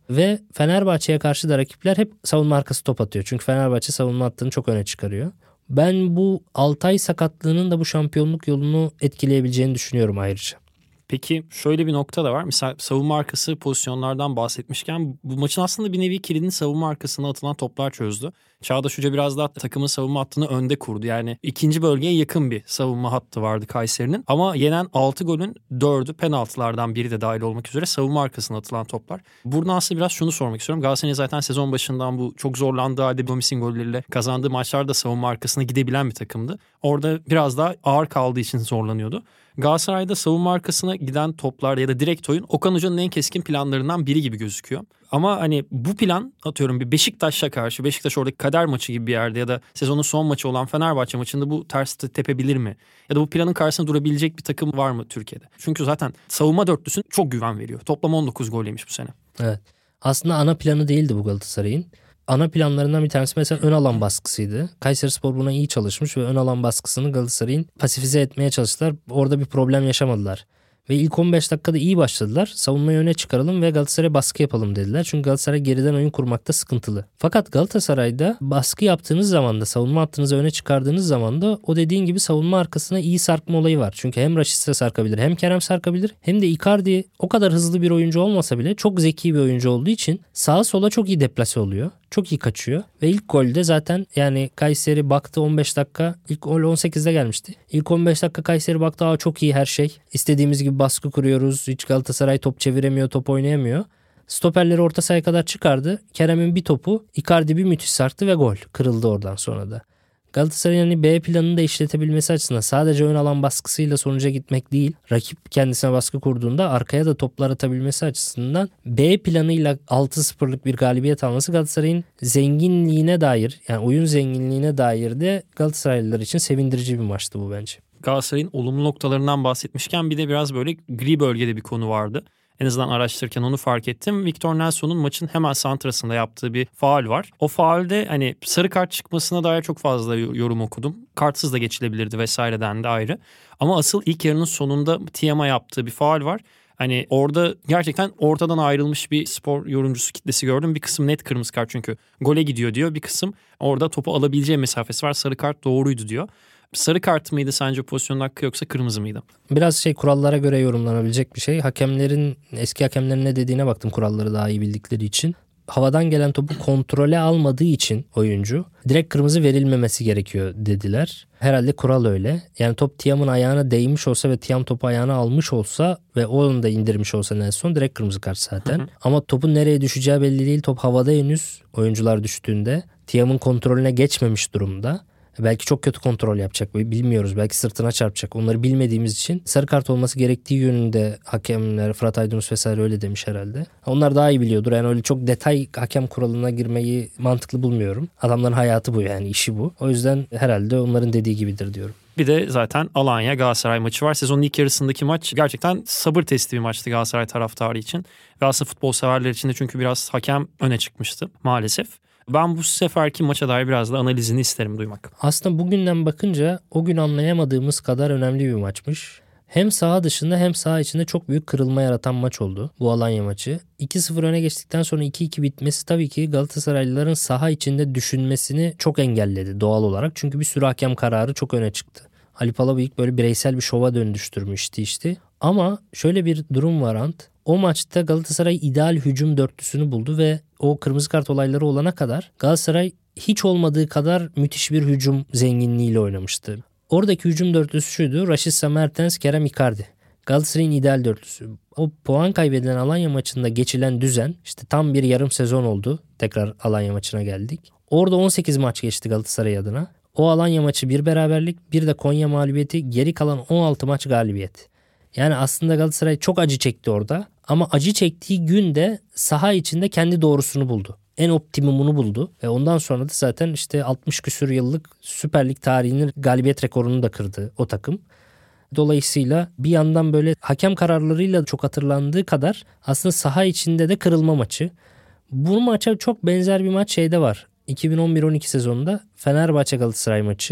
Ve Fenerbahçe'ye karşı da rakipler hep savunma arkası top atıyor. Çünkü Fenerbahçe savunma hattını çok öne çıkarıyor. Ben bu Altay sakatlığının da bu şampiyonluk yolunu etkileyebileceğini düşünüyorum ayrıca. Peki şöyle bir nokta da var. Mesela savunma arkası pozisyonlardan bahsetmişken bu maçın aslında bir nevi kilidini savunma arkasına atılan toplar çözdü. Çağdaş Hoca biraz daha takımın savunma hattını önde kurdu. Yani ikinci bölgeye yakın bir savunma hattı vardı Kayseri'nin. Ama yenen 6 golün 4'ü penaltılardan biri de dahil olmak üzere savunma arkasına atılan toplar. Buradan aslında biraz şunu sormak istiyorum. Galatasaray zaten sezon başından bu çok zorlandığı halde Gomis'in golleriyle kazandığı maçlarda savunma arkasına gidebilen bir takımdı. Orada biraz daha ağır kaldığı için zorlanıyordu. Galatasaray'da savunma arkasına giden toplar ya da direkt oyun Okan Hoca'nın en keskin planlarından biri gibi gözüküyor. Ama hani bu plan atıyorum bir Beşiktaş'a karşı, Beşiktaş oradaki kader maçı gibi bir yerde ya da sezonun son maçı olan Fenerbahçe maçında bu ters tepebilir mi? Ya da bu planın karşısında durabilecek bir takım var mı Türkiye'de? Çünkü zaten savunma dörtlüsü çok güven veriyor. Toplam 19 gol yemiş bu sene. Evet. Aslında ana planı değildi bu Galatasaray'ın. Ana planlarından bir tanesi mesela ön alan baskısıydı. Kayserispor buna iyi çalışmış ve ön alan baskısını Galatasaray'ın pasifize etmeye çalıştılar. Orada bir problem yaşamadılar. Ve ilk 15 dakikada iyi başladılar. Savunmayı öne çıkaralım ve Galatasaray'a baskı yapalım dediler. Çünkü Galatasaray geriden oyun kurmakta sıkıntılı. Fakat Galatasaray'da baskı yaptığınız zaman da savunma hattınızı öne çıkardığınız zaman da o dediğin gibi savunma arkasına iyi sarkma olayı var. Çünkü hem Rashica sarkabilir hem Kerem sarkabilir hem de Icardi o kadar hızlı bir oyuncu olmasa bile çok zeki bir oyuncu olduğu için sağa sola çok iyi deplase oluyor. Çok iyi kaçıyor ve ilk golde zaten yani Kayseri baktı 15 dakika, ilk gol 18'de gelmişti. İlk 15 dakika Kayseri baktı çok iyi her şey. İstediğimiz gibi baskı kuruyoruz. Hiç Galatasaray top çeviremiyor, top oynayamıyor. Stoperleri orta sahaya kadar çıkardı. Kerem'in bir topu Icardi bir müthiş sarktı ve gol. Kırıldı oradan sonra da. Galatasaray'ın hani B planını da işletebilmesi açısından sadece ön alan baskısıyla sonuca gitmek değil, rakip kendisine baskı kurduğunda arkaya da toplar atabilmesi açısından B planıyla 6-0'lık bir galibiyet alması Galatasaray'ın zenginliğine dair, yani oyun zenginliğine dair de Galatasaraylılar için sevindirici bir maçtı bu bence. Galatasaray'ın olumlu noktalarından bahsetmişken bir de biraz böyle gri bölgede bir konu vardı. En azından araştırırken onu fark ettim. Victor Nelson'un maçın hemen santrasında yaptığı bir faul var. O faulde hani sarı kart çıkmasına dair çok fazla yorum okudum. Kartsız da geçilebilirdi vesaire dendi ayrı. Ama asıl ilk yarının sonunda Tiam'a yaptığı bir faul var. Hani orada gerçekten ortadan ayrılmış bir spor yorumcusu kitlesi gördüm. Bir kısım net kırmızı kart çünkü gole gidiyor diyor. Bir kısım orada topu alabileceği mesafesi var. Sarı kart doğruydu diyor. Sarı kart mıydı sence pozisyonun hakkı yoksa kırmızı mıydı? Biraz kurallara göre yorumlanabilecek bir şey. Eski hakemlerin ne dediğine baktım kuralları daha iyi bildikleri için. Havadan gelen topu kontrole almadığı için oyuncu direkt kırmızı verilmemesi gerekiyor dediler. Herhalde kural öyle. Yani top Tiam'ın ayağına değmiş olsa ve Tiam topu ayağına almış olsa ve onu da indirmiş olsa Nelson direkt kırmızı kart zaten. Ama topun nereye düşeceği belli değil. Top havada henüz oyuncular düştüğünde Tiam'ın kontrolüne geçmemiş durumda. Belki çok kötü kontrol yapacak, bilmiyoruz. Belki sırtına çarpacak. Onları bilmediğimiz için sarı kart olması gerektiği yönünde hakemler, Fırat Aydınus vesaire öyle demiş herhalde. Onlar daha iyi biliyordur. Yani öyle çok detay hakem kuralına girmeyi mantıklı bulmuyorum. Adamların hayatı bu, yani işi bu. O yüzden herhalde onların dediği gibidir diyorum. Bir de zaten Alanya Galatasaray maçı var. Sezonun ilk yarısındaki maç gerçekten sabır testi bir maçtı Galatasaray taraftarı için. Ve aslında futbol severler için de çünkü biraz hakem öne çıkmıştı maalesef. Ben bu seferki maça dair biraz da analizini isterim duymak. Aslında bugünden bakınca o gün anlayamadığımız kadar önemli bir maçmış. Hem saha dışında hem saha içinde çok büyük kırılma yaratan maç oldu bu Alanya maçı. 2-0 öne geçtikten sonra 2-2 bitmesi tabii ki Galatasaraylıların saha içinde düşünmesini çok engelledi doğal olarak. Çünkü bir sürü hakem kararı çok öne çıktı. Ali Palabıyık böyle bireysel bir şova dönüştürmüştü işte. Ama şöyle bir durum var Ant. O maçta Galatasaray ideal hücum dörtlüsünü buldu ve o kırmızı kart olayları olana kadar Galatasaray hiç olmadığı kadar müthiş bir hücum zenginliğiyle oynamıştı. Oradaki hücum dörtlüsü şuydu: Rashica, Mertens, Kerem, Icardi. Galatasaray'ın ideal dörtlüsü. O puan kaybedilen Alanya maçında geçilen düzen işte tam bir yarım sezon oldu. Tekrar Alanya maçına geldik. Orada 18 maç geçti Galatasaray adına. O Alanya maçı bir beraberlik, bir de Konya mağlubiyeti, geri kalan 16 maç galibiyet. Yani aslında Galatasaray çok acı çekti orada ama acı çektiği günde saha içinde kendi doğrusunu buldu. En optimumunu buldu ve ondan sonra da zaten işte 60 küsur yıllık Süper Lig tarihinin galibiyet rekorunu da kırdı o takım. Dolayısıyla bir yandan böyle hakem kararlarıyla çok hatırlandığı kadar aslında saha içinde de kırılma maçı. Bu maça çok benzer bir maç şeyde var. 2011-12 sezonunda Fenerbahçe Galatasaray maçı.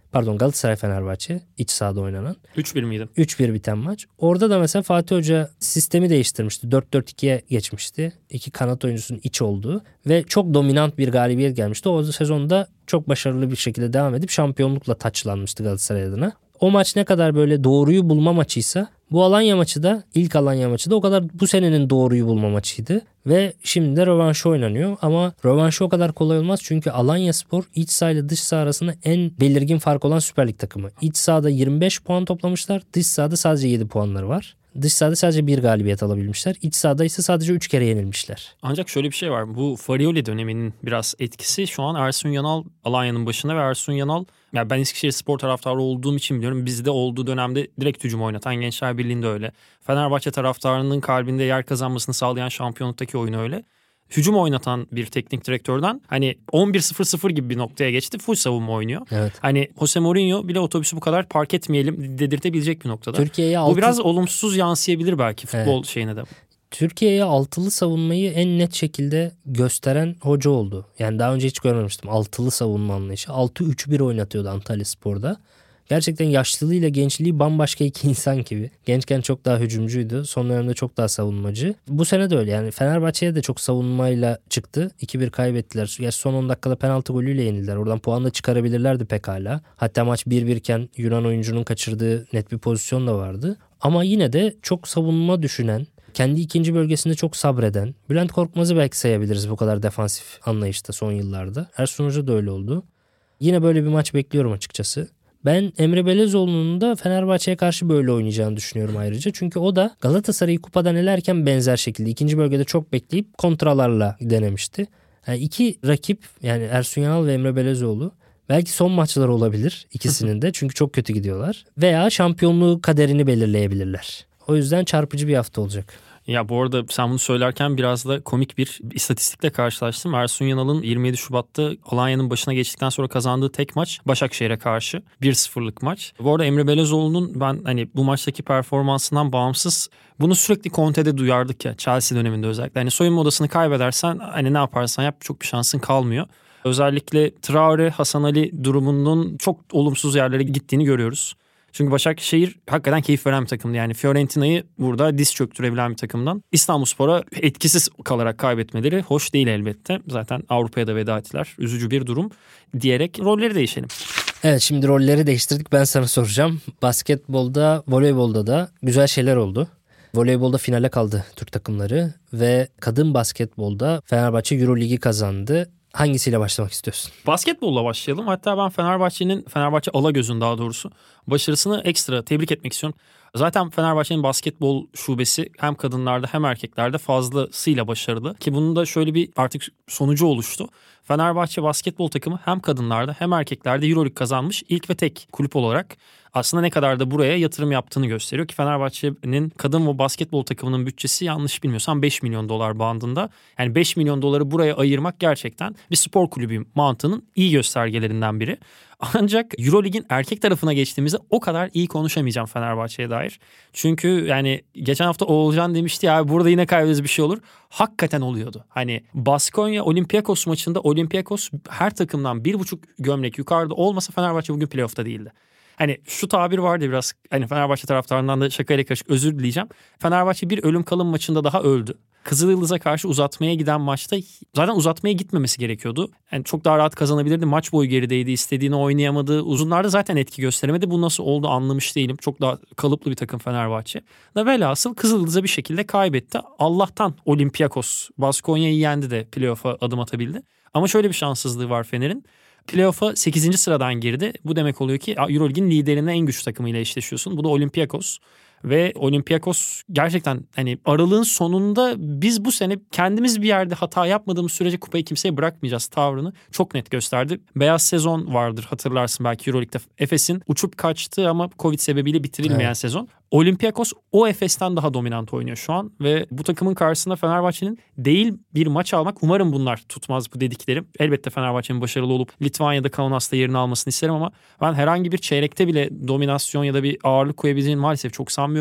Galatasaray-Fenerbahçe iç sahada oynanan. 3-1 miydi? 3-1 biten maç. Orada da mesela Fatih Hoca sistemi değiştirmişti. 4-4-2'ye geçmişti. 2 kanat oyuncusunun iç olduğu ve çok dominant bir galibiyet gelmişti. O sezonda çok başarılı bir şekilde devam edip şampiyonlukla taçlanmıştı Galatasaray adına. O maç ne kadar böyle doğruyu bulma maçıysa bu Alanya maçı da ilk Alanya maçı da o kadar bu senenin doğruyu bulma maçıydı. Ve şimdi de rövanşı oynanıyor ama rövanşı o kadar kolay olmaz çünkü Alanyaspor iç saha ile dış saha arasında en belirgin fark olan Süper Lig takımı. İç sahada 25 puan toplamışlar, dış sahada sadece 7 puanları var. Dış sahada sadece bir galibiyet alabilmişler. İç sahada ise sadece 3 kere yenilmişler. Ancak şöyle bir şey var. Bu Farioli döneminin biraz etkisi. Şu an Ersun Yanal Alanya'nın başında ve Ersun Yanal, yani ben Eskişehirspor taraftarı olduğum için biliyorum. Bizde olduğu dönemde direkt hücum oynatan, Gençler Birliği'nde öyle. Fenerbahçe taraftarının kalbinde yer kazanmasını sağlayan şampiyonluktaki oyunu öyle. Hücum oynatan bir teknik direktörden hani 11-0-0 gibi bir noktaya geçti. Full savunma oynuyor. Evet. Hani Jose Mourinho bile otobüsü bu kadar park etmeyelim dedirtebilecek bir noktada. Türkiye'ye Bu biraz olumsuz yansıyabilir belki futbol şeyine de. Türkiye'ye altılı savunmayı en net şekilde gösteren hoca oldu. Yani daha önce hiç görmemiştim altılı savunma anlayışı. 6-3-1 oynatıyordu Antalyaspor'da. Gerçekten yaşlılığıyla gençliği bambaşka iki insan gibi. Gençken çok daha hücumcuydu. Son dönemde çok daha savunmacı. Bu sene de öyle. Yani Fenerbahçe'ye de çok savunmayla çıktı. 2-1 kaybettiler. Ya son 10 dakikada penaltı golüyle yenildiler. Oradan puan da çıkarabilirlerdi pekala. Hatta maç 1-1 iken Yunan oyuncunun kaçırdığı net bir pozisyon da vardı. Ama yine de çok savunma düşünen, kendi ikinci bölgesinde çok sabreden, Bülent Korkmaz'ı belki sayabiliriz bu kadar defansif anlayışta son yıllarda. Ersun Hoca da öyle oldu. Yine böyle bir maç bekliyorum açıkçası. Ben Emre Belezoğlu'nun da Fenerbahçe'ye karşı böyle oynayacağını düşünüyorum ayrıca. Çünkü o da Galatasaray'ı kupadan elerken benzer şekilde ikinci bölgede çok bekleyip kontralarla denemişti. Yani iki rakip, yani Ersun Yanal ve Emre Belezoğlu, belki son maçları olabilir ikisinin de çünkü çok kötü gidiyorlar. Veya şampiyonluğu kaderini belirleyebilirler. O yüzden çarpıcı bir hafta olacak. Ya bu arada sen bunu söylerken biraz da komik bir istatistikle karşılaştım. Ersun Yanal'ın 27 Şubat'ta Alanya'nın başına geçtikten sonra kazandığı tek maç Başakşehir'e karşı 1-0'lık maç. Bu arada Emre Belezoğlu'nun ben hani bu maçtaki performansından bağımsız bunu sürekli Conte'de duyardık ya, Chelsea döneminde özellikle. Hani soyunma odasını kaybedersen hani ne yaparsan yap çok bir şansın kalmıyor. Özellikle Traore, Hasan Ali durumunun çok olumsuz yerlere gittiğini görüyoruz. Çünkü Başakşehir hakikaten keyif veren bir takımdı. Yani Fiorentina'yı burada diz çöktürebilen bir takımdan İstanbulspor'a etkisiz kalarak kaybetmeleri hoş değil elbette. Zaten Avrupa'ya da veda ettiler. Üzücü bir durum diyerek rolleri değişelim. Evet, şimdi rolleri değiştirdik, ben sana soracağım. Basketbolda, voleybolda da güzel şeyler oldu. Voleybolda finale kaldı Türk takımları ve kadın basketbolda Fenerbahçe Euroligi kazandı. Hangisiyle başlamak istiyorsun? Basketbolla başlayalım. Hatta ben Fenerbahçe Alagöz'ün daha doğrusu başarısını ekstra tebrik etmek istiyorum. Zaten Fenerbahçe'nin basketbol şubesi hem kadınlarda hem erkeklerde fazlasıyla başarılı. Ki bunun da şöyle bir artık sonucu oluştu. Fenerbahçe basketbol takımı hem kadınlarda hem erkeklerde Euroleague kazanmış ilk ve tek kulüp olarak aslında ne kadar da buraya yatırım yaptığını gösteriyor ki Fenerbahçe'nin kadın ve basketbol takımının bütçesi yanlış bilmiyorsam 5 milyon dolar bandında. Yani 5 milyon doları buraya ayırmak gerçekten bir spor kulübü mantığının iyi göstergelerinden biri. Ancak Euroleague'in erkek tarafına geçtiğimizde o kadar iyi konuşamayacağım Fenerbahçe'ye dair. Çünkü yani geçen hafta Oğulcan demişti ya burada yine kaybederiz bir şey olur. Hakikaten oluyordu. Hani Baskonya Olympiakos maçında Olympiakos her takımdan 1,5 gömlek yukarıda olmasa Fenerbahçe bugün playoff'ta değildi. Hani şu tabir vardı biraz, hani Fenerbahçe taraftarından da şakayla karışık özür dileyeceğim. Fenerbahçe bir ölüm kalım maçında daha öldü. Kızılyıldız'a karşı uzatmaya giden maçta zaten uzatmaya gitmemesi gerekiyordu. Yani çok daha rahat kazanabilirdi. Maç boyu gerideydi, istediğini oynayamadı. Uzunlarda zaten etki gösteremedi. Bu nasıl oldu anlamış değilim. Çok daha kalıplı bir takım Fenerbahçe. Velhasıl Kızılyıldız'a bir şekilde kaybetti. Allah'tan Olympiakos Baskonya'yı yendi de playoff'a adım atabildi. Ama şöyle bir şanssızlığı var Fener'in. Playoff'a 8. sıradan girdi. Bu demek oluyor ki Euroleague'in liderine en güçlü takımıyla eşleşiyorsun. Bu da Olympiakos. Ve Olympiakos gerçekten hani aralığın sonunda biz bu sene kendimiz bir yerde hata yapmadığımız sürece kupayı kimseye bırakmayacağız tavrını çok net gösterdi. Beyaz sezon vardır hatırlarsın belki Euroleague'de. Efes'in uçup kaçtığı ama Covid sebebiyle bitirilmeyen sezon. Olympiakos o Efes'ten daha dominant oynuyor şu an ve bu takımın karşısında Fenerbahçe'nin değil bir maç almak, umarım bunlar tutmaz bu dediklerim. Elbette Fenerbahçe'nin başarılı olup Litvanya'da Kaunas'ta yerini almasını isterim ama ben herhangi bir çeyrekte bile dominasyon ya da bir ağırlık koyabileceğini maalesef çok sanmıyorum.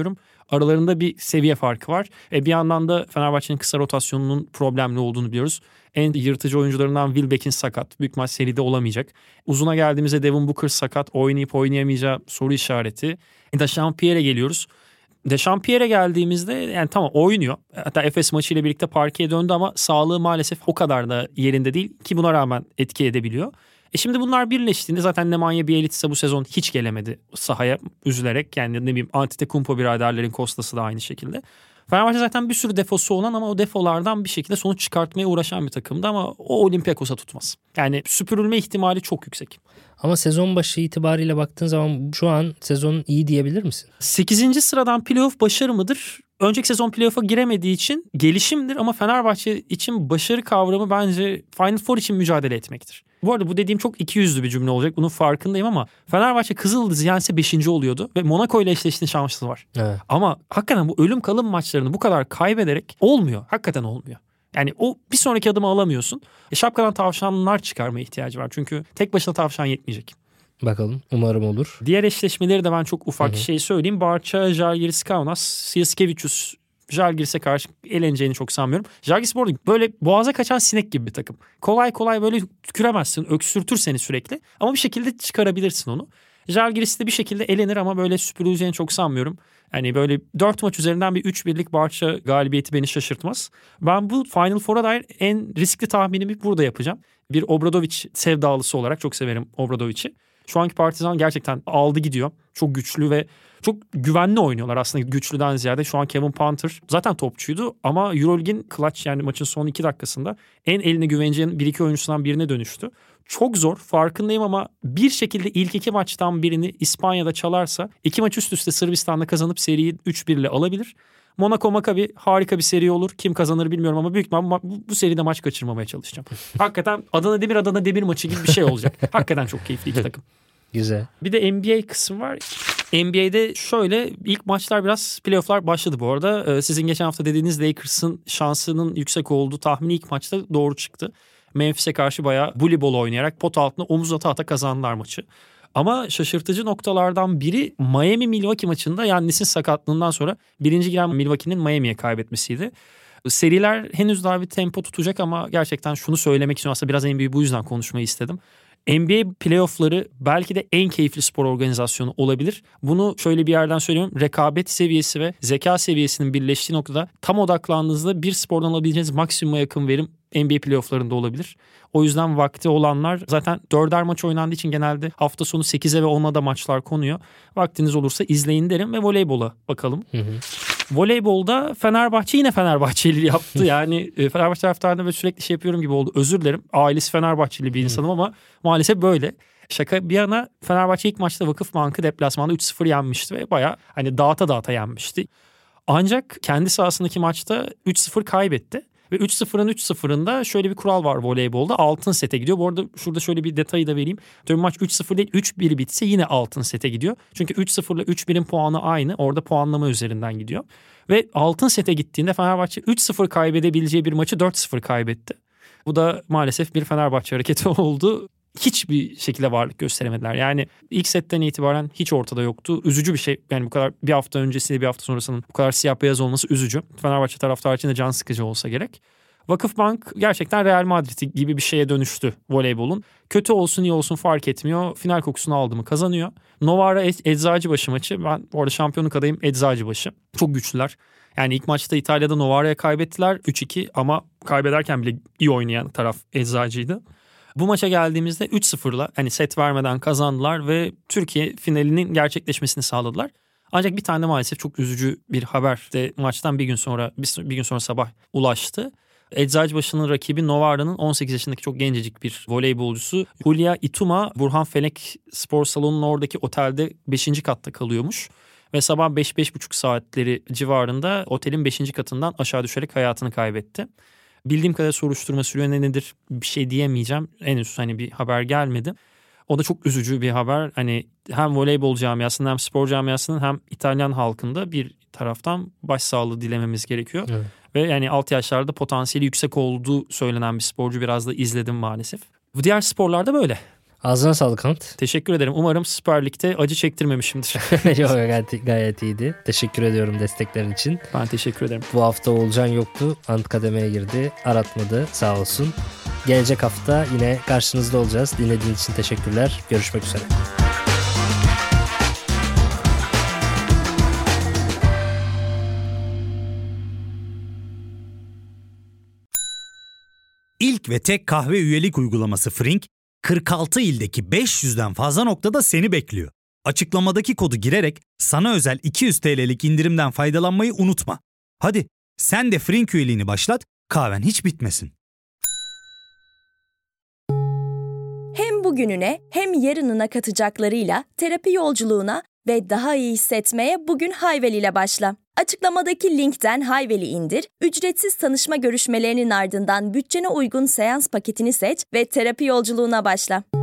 Aralarında bir seviye farkı var. Bir yandan da Fenerbahçe'nin kısa rotasyonunun problemli olduğunu biliyoruz. En yırtıcı oyuncularından Wilbeck'in sakat. Büyük maç seride olamayacak. Uzuna geldiğimizde Devin Booker sakat. Oynayıp oynayamayacağı soru işareti. Dechampierre'e geliyoruz. Dechampierre'e geldiğimizde yani tamam oynuyor. Hatta Efes maçıyla birlikte parkeye döndü ama sağlığı maalesef o kadar da yerinde değil ki buna rağmen etki edebiliyor. Şimdi bunlar birleştiğinde zaten Nemanja Bjelica bu sezon hiç gelemedi sahaya üzülerek. Yani ne bileyim Antetokounmpo biraderlerin Kostas'ı da aynı şekilde. Fenerbahçe zaten bir sürü defosu olan ama o defolardan bir şekilde sonuç çıkartmaya uğraşan bir takımdı ama o Olympiakos'a tutmaz. Yani süpürülme ihtimali çok yüksek. Ama sezon başı itibariyle baktığın zaman şu an sezon iyi diyebilir misin? 8. sıradan playoff başarı mıdır? Önceki sezon playoff'a giremediği için gelişimdir ama Fenerbahçe için başarı kavramı bence Final Four için mücadele etmektir. Bu arada bu dediğim çok ikiyüzlü bir cümle olacak. Bunun farkındayım ama Fenerbahçe Kızıldız'ı yense 5. oluyordu ve Monaco ile eşleştiğinde şansı var. Evet. Ama hakikaten bu ölüm kalım maçlarını bu kadar kaybederek olmuyor. Hakikaten olmuyor. Yani o bir sonraki adımı alamıyorsun. Şapkadan tavşanlar çıkarmaya ihtiyacı var. Çünkü tek başına tavşan yetmeyecek. Bakalım, umarım olur. Diğer eşleşmeleri de ben çok ufak şey söyleyeyim. Barça, Žalgiris, Kaunas, Siyaskevicius, Žalgiris'e karşı eleneceğini çok sanmıyorum. Žalgiris bu arada böyle boğaza kaçan sinek gibi bir takım. Kolay kolay böyle tüküremezsin, öksürtür seni sürekli. Ama bir şekilde çıkarabilirsin onu. Žalgiris de bir şekilde elenir ama böyle süpürüleceğini çok sanmıyorum. Yani böyle 4 maç üzerinden bir 3-1'lik Barça galibiyeti beni şaşırtmaz. Ben bu Final Four'a dair en riskli tahminimi burada yapacağım. Bir Obradović sevdalısı olarak çok severim Obradovic'i. Şu anki Partizan gerçekten aldı gidiyor. Çok güçlü ve çok güvenli oynuyorlar aslında güçlüden ziyade. Şu an Kevin Panther zaten topçuydu ama Euroleague'in clutch yani maçın son 2 dakikasında en eline güveneceğin 1-2 oyuncusundan birine dönüştü. Çok zor farkındayım ama bir şekilde ilk 2 maçtan birini İspanya'da çalarsa 2 maç üst üste Sırbistan'da kazanıp seriyi 3-1 ile alabilir. Monaco Maccabi harika bir seri olur. Kim kazanır bilmiyorum ama büyük ihtimalle bu seride maç kaçırmamaya çalışacağım. Hakikaten Adana Demir maçı gibi bir şey olacak. Hakikaten çok keyifli iki takım. Güzel. Bir de NBA kısmı var. NBA'de şöyle ilk maçlar biraz playofflar başladı bu arada. Sizin geçen hafta dediğiniz Lakers'ın şansının yüksek olduğu tahmini ilk maçta doğru çıktı. Memphis'e karşı bayağı voleybol oynayarak pot altına omuz ata ata kazandılar maçı. Ama şaşırtıcı noktalardan biri Miami-Milwaukee maçında Yannis'in sakatlığından sonra birinci giren Milwaukee'nin Miami'ye kaybetmesiydi. Seriler henüz daha bir tempo tutacak ama gerçekten şunu söylemek için aslında biraz NBA'yi bu yüzden konuşmayı istedim. NBA playoff'ları belki de en keyifli spor organizasyonu olabilir. Bunu şöyle bir yerden söylüyorum. Rekabet seviyesi ve zeka seviyesinin birleştiği noktada tam odaklandığınızda bir spordan alabileceğiniz maksimuma yakın verim NBA playoff'larında olabilir. O yüzden vakti olanlar zaten 4'er maç oynandığı için genelde hafta sonu 8'e ve 10'a da maçlar konuyor. Vaktiniz olursa izleyin derim ve voleybola bakalım. Voleybolda Fenerbahçe yine Fenerbahçeli yaptı. Yani Fenerbahçe taraftarında böyle sürekli şey yapıyorum gibi oldu. Özür dilerim. Ailesi Fenerbahçeli bir insanım ama maalesef böyle. Şaka bir yana Fenerbahçe ilk maçta Vakıfbank'ı deplasmanda 3-0 yenmişti ve bayağı hani dağıta yenmişti. Ancak kendi sahasındaki maçta 3-0 kaybetti. Ve 3-0'ın 3-0'ında şöyle bir kural var voleybolda. Altın sete gidiyor. Bu arada şurada şöyle bir detayı da vereyim. Tabii maç 3-0 değil 3-1 bitse yine altın sete gidiyor. Çünkü 3-0 ile 3-1'in puanı aynı. Orada puanlama üzerinden gidiyor. Ve altın sete gittiğinde Fenerbahçe 3-0 kaybedebileceği bir maçı 4-0 kaybetti. Bu da maalesef bir Fenerbahçe hareketi oldu. Hiçbir şekilde varlık gösteremediler. Yani ilk setten itibaren hiç ortada yoktu. Üzücü bir şey. Yani bu kadar bir hafta öncesiyle bir hafta sonrasının bu kadar siyah beyaz olması üzücü. Fenerbahçe taraftarı için de can sıkıcı olsa gerek. Vakıfbank gerçekten Real Madrid gibi bir şeye dönüştü voleybolun. Kötü olsun iyi olsun fark etmiyor. Final kokusunu aldı mı kazanıyor. Novara Eczacıbaşı maçı. Ben orada şampiyonluk adayım Eczacıbaşı. Çok güçlüler. Yani ilk maçta İtalya'da Novara'ya kaybettiler 3-2 ama kaybederken bile iyi oynayan taraf Eczacı'ydı. Bu maça geldiğimizde 3-0'la hani set vermeden kazandılar ve Türkiye finalinin gerçekleşmesini sağladılar. Ancak bir tane maalesef çok üzücü bir haber de maçtan bir gün sonra sabah ulaştı. Eczacıbaşı'nın rakibi Novara'nın 18 yaşındaki çok gencecik bir voleybolcusu Hulya Ituma Burhan Felek Spor Salonu'nun oradaki otelde 5. katta kalıyormuş. Ve sabah 5-5,5 saatleri civarında otelin 5. katından aşağı düşerek hayatını kaybetti. Bildiğim kadar soruşturma sürüyor, nedir bir şey diyemeyeceğim. Henüz hani bir haber gelmedi. O da çok üzücü bir haber. Hani hem voleybol camiasının hem spor camiasının hem İtalyan halkında bir taraftan başsağlığı dilememiz gerekiyor. Evet. Ve yani 6 yaşlarda potansiyeli yüksek olduğu söylenen bir sporcu biraz da izledim maalesef. Bu diğer sporlarda böyle. Ağzına sağlık Ant. Teşekkür ederim. Umarım Süper Lig'de acı çektirmemişimdir. Yok, gayet iyiydi. Teşekkür ediyorum desteklerin için. Ben teşekkür ederim. Bu hafta Oğulcan yoktu. Ant kademeye girdi. Aratmadı sağ olsun. Gelecek hafta yine karşınızda olacağız. Dinlediğiniz için teşekkürler. Görüşmek üzere. İlk ve tek kahve üyelik uygulaması Frink, 46 ildeki 500'den fazla noktada seni bekliyor. Açıklamadaki kodu girerek sana özel 200 TL'lik indirimden faydalanmayı unutma. Hadi sen de Frink üyeliğini başlat, kahven hiç bitmesin. Hem bugününe hem yarınına katacaklarıyla terapi yolculuğuna ve daha iyi hissetmeye bugün Hayvel ile başla. Açıklamadaki linkten Hayvel'i indir, ücretsiz tanışma görüşmelerinin ardından bütçene uygun seans paketini seç ve terapi yolculuğuna başla.